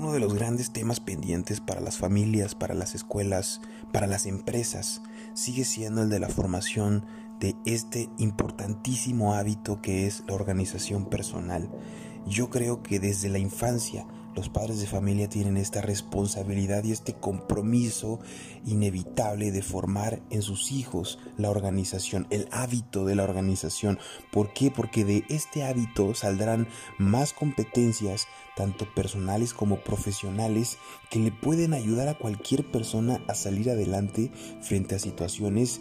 uno de los grandes temas pendientes para las familias, para las escuelas, para las empresas, sigue siendo el de la formación de este importantísimo hábito que es la organización personal. Yo creo que desde la infancia los padres de familia tienen esta responsabilidad y este compromiso inevitable de formar en sus hijos la organización, el hábito de la organización. ¿Por qué? Porque de este hábito saldrán más competencias, tanto personales como profesionales, que le pueden ayudar a cualquier persona a salir adelante frente a situaciones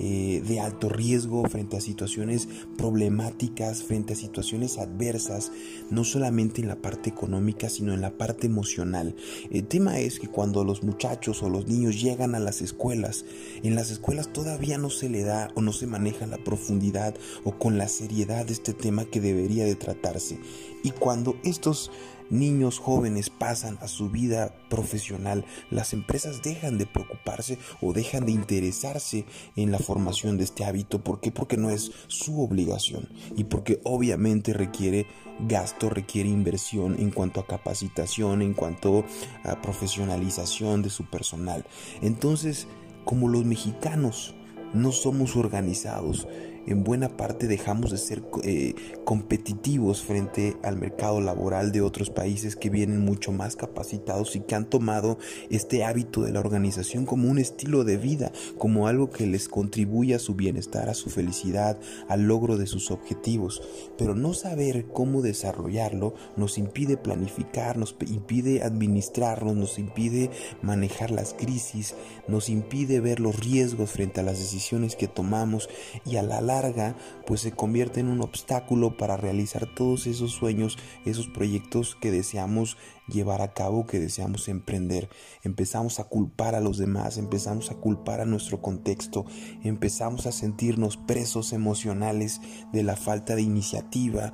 de alto riesgo, frente a situaciones problemáticas, frente a situaciones adversas, no solamente en la parte económica, sino en la parte emocional. El tema es que cuando los muchachos o los niños llegan a las escuelas, en las escuelas todavía no se le da o no se maneja la profundidad o con la seriedad de este tema que debería de tratarse. Y cuando estos niños jóvenes pasan a su vida profesional, las empresas dejan de preocuparse o dejan de interesarse en la formación de este hábito. ¿Por qué? Porque no es su obligación y porque obviamente requiere gasto, requiere inversión en cuanto a capacitación, en cuanto a profesionalización de su personal. Entonces, como los mexicanos no somos organizados, en buena parte dejamos de ser competitivos frente al mercado laboral de otros países que vienen mucho más capacitados y que han tomado este hábito de la organización como un estilo de vida, como algo que les contribuye a su bienestar, a su felicidad, al logro de sus objetivos. Pero no saber cómo desarrollarlo nos impide planificar, nos impide administrarnos, nos impide manejar las crisis, nos impide ver los riesgos frente a las decisiones que tomamos y a la larga pues se convierte en un obstáculo para realizar todos esos sueños, esos proyectos que deseamos llevar a cabo, que deseamos emprender. Empezamos a culpar a los demás, empezamos a culpar a nuestro contexto, empezamos a sentirnos presos emocionales de la falta de iniciativa,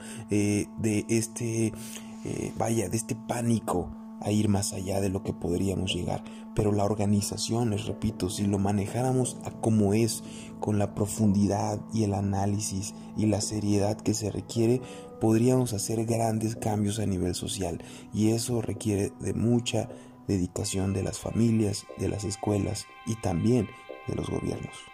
de este pánico a ir más allá de lo que podríamos llegar. Pero la organización, les repito, si lo manejáramos a como es, con la profundidad y el análisis y la seriedad que se requiere, podríamos hacer grandes cambios a nivel social, y eso requiere de mucha dedicación de las familias, de las escuelas y también de los gobiernos.